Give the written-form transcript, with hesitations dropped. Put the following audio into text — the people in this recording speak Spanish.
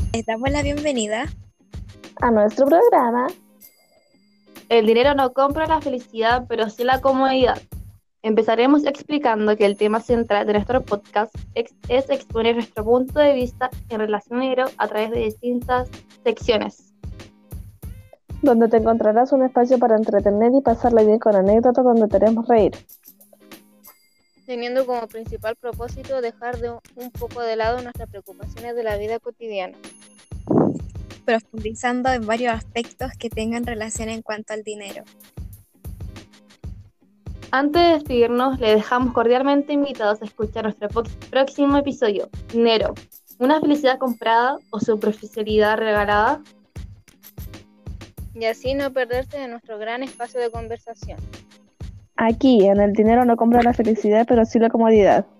Les damos la bienvenida. A nuestro programa. El dinero no compra la felicidad, pero sí la comodidad. Empezaremos explicando que el tema central de nuestro podcast es exponer nuestro punto de vista en relación al dinero a través de distintas secciones. Donde te encontrarás un espacio para entretener y pasarla bien con anécdotas donde te haremos reír. Teniendo como principal propósito dejar un poco de lado nuestras preocupaciones de la vida cotidiana. Profundizando en varios aspectos que tengan relación en cuanto al dinero. Antes de despedirnos, les dejamos cordialmente invitados a escuchar nuestro próximo episodio, Dinero, ¿una felicidad comprada o superficialidad regalada? Y así no perderse de nuestro gran espacio de conversación. Aquí, en el dinero no compra la felicidad, pero sí la comodidad.